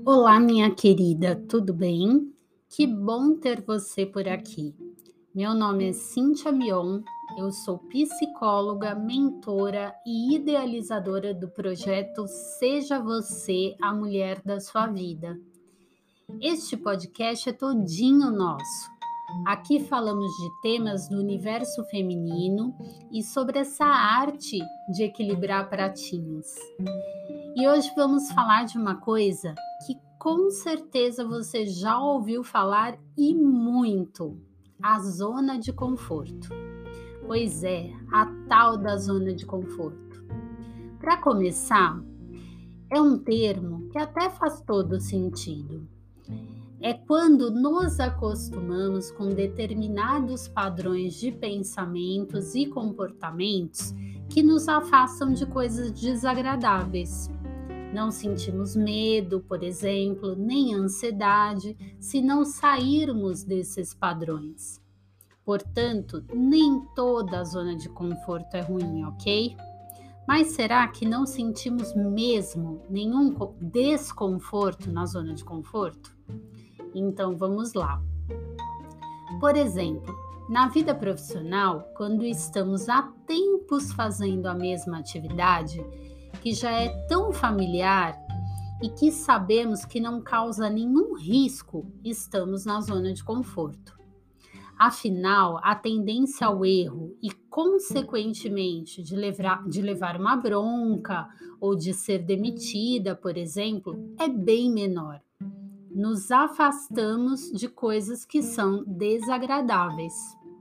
Olá, minha querida, tudo bem? Que bom ter você por aqui. Meu nome é Cíntia Mion, eu sou psicóloga, mentora e idealizadora do projeto Seja Você a Mulher da Sua Vida. Este podcast é todinho nosso. Aqui falamos de temas do universo feminino e sobre essa arte de equilibrar pratinhos. E hoje vamos falar de uma coisa que com certeza você já ouviu falar e muito: a zona de conforto. Pois é, a tal da zona de conforto. Para começar, é um termo que até faz todo sentido. É quando nos acostumamos com determinados padrões de pensamentos e comportamentos que nos afastam de coisas desagradáveis. Não sentimos medo, por exemplo, nem ansiedade se não sairmos desses padrões. Portanto, nem toda a zona de conforto é ruim, ok? Mas será que não sentimos mesmo nenhum desconforto na zona de conforto? Então vamos lá. Por exemplo, na vida profissional, quando estamos há tempos fazendo a mesma atividade, que já é tão familiar e que sabemos que não causa nenhum risco, estamos na zona de conforto. Afinal, a tendência ao erro e, consequentemente, de levar uma bronca ou de ser demitida, por exemplo, é bem menor. Nos afastamos de coisas que são desagradáveis.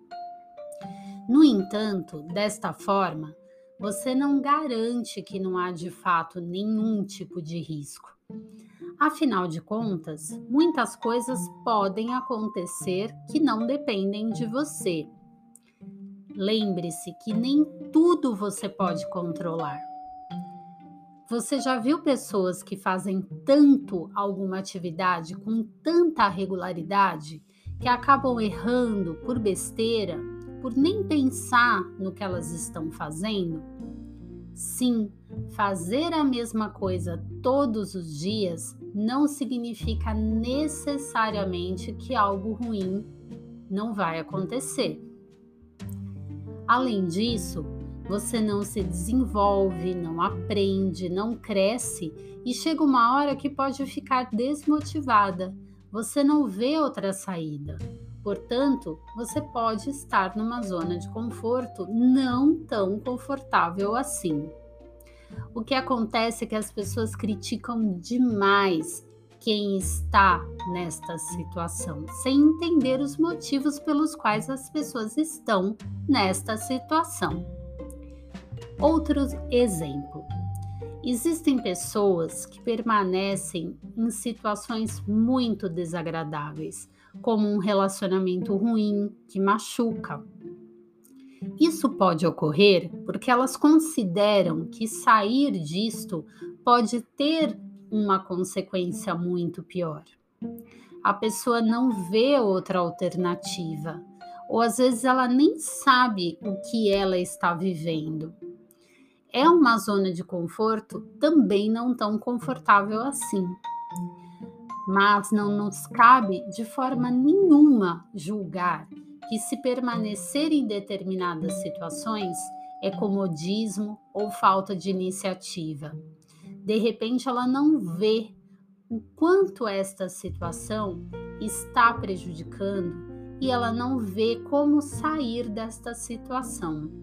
No entanto, desta forma, você não garante que não há de fato nenhum tipo de risco. Afinal de contas, muitas coisas podem acontecer que não dependem de você. Lembre-se que nem tudo você pode controlar. Você já viu pessoas que fazem tanto alguma atividade com tanta regularidade que acabam errando por besteira, por nem pensar no que elas estão fazendo? Sim, fazer a mesma coisa todos os dias não significa necessariamente que algo ruim não vai acontecer. Além disso, você não se desenvolve, não aprende, não cresce e chega uma hora que pode ficar desmotivada. Você não vê outra saída. Portanto, você pode estar numa zona de conforto não tão confortável assim. O que acontece é que as pessoas criticam demais quem está nesta situação, sem entender os motivos pelos quais as pessoas estão nesta situação. Outro exemplo: existem pessoas que permanecem em situações muito desagradáveis, como um relacionamento ruim que machuca. Isso pode ocorrer porque elas consideram que sair disto pode ter uma consequência muito pior. A pessoa não vê outra alternativa, ou às vezes ela nem sabe o que ela está vivendo. É uma zona de conforto também não tão confortável assim. Mas não nos cabe de forma nenhuma julgar que se permanecer em determinadas situações é comodismo ou falta de iniciativa. De repente, ela não vê o quanto esta situação está prejudicando e ela não vê como sair desta situação.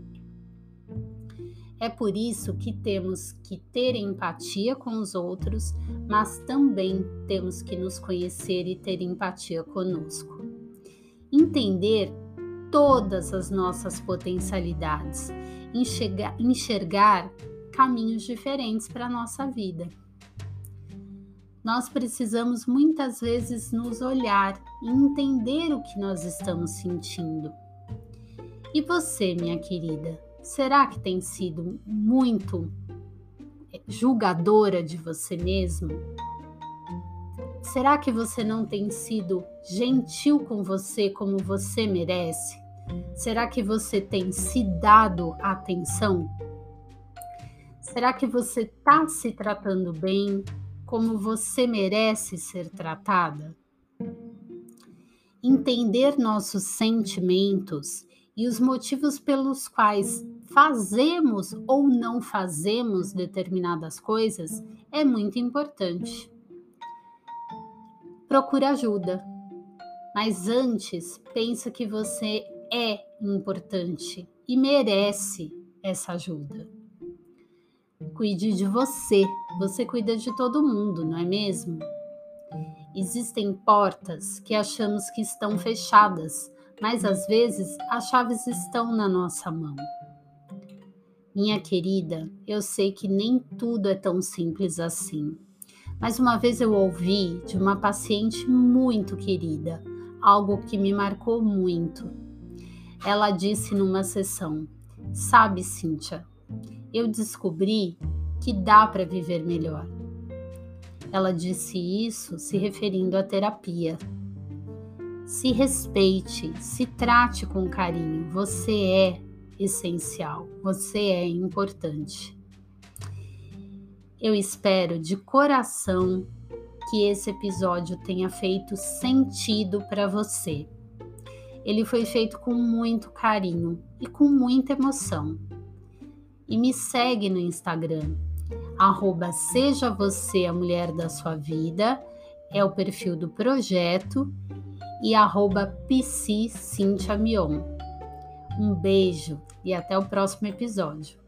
É por isso que temos que ter empatia com os outros, mas também temos que nos conhecer e ter empatia conosco. Entender todas as nossas potencialidades, enxergar caminhos diferentes para a nossa vida. Nós precisamos muitas vezes nos olhar e entender o que nós estamos sentindo. E você, minha querida? Será que tem sido muito julgadora de você mesmo? Será que você não tem sido gentil com você como você merece? Será que você tem se dado atenção? Será que você está se tratando bem? como você merece ser tratada? Entender nossos sentimentos e os motivos pelos quais fazemos ou não fazemos determinadas coisas é muito importante. Procura ajuda, mas antes pensa que você é importante e merece essa ajuda. Cuide de você, você cuida de todo mundo, não é mesmo? Existem portas que achamos que estão fechadas, mas às vezes as chaves estão na nossa mão. Minha querida, eu sei que nem tudo é tão simples assim, mas uma vez eu ouvi de uma paciente muito querida, algo que me marcou muito. Ela disse numa sessão: "Sabe, Cíntia, eu descobri que dá para viver melhor." Ela disse isso se referindo à terapia. Se respeite, se trate com carinho. Você é essencial, você é importante. Eu espero de coração que esse episódio tenha feito sentido para você. Ele foi feito com muito carinho e com muita emoção. E me segue no Instagram, @seja você a mulher da sua vida, é o perfil do projeto, e @psicintiamion. Um beijo e até o próximo episódio.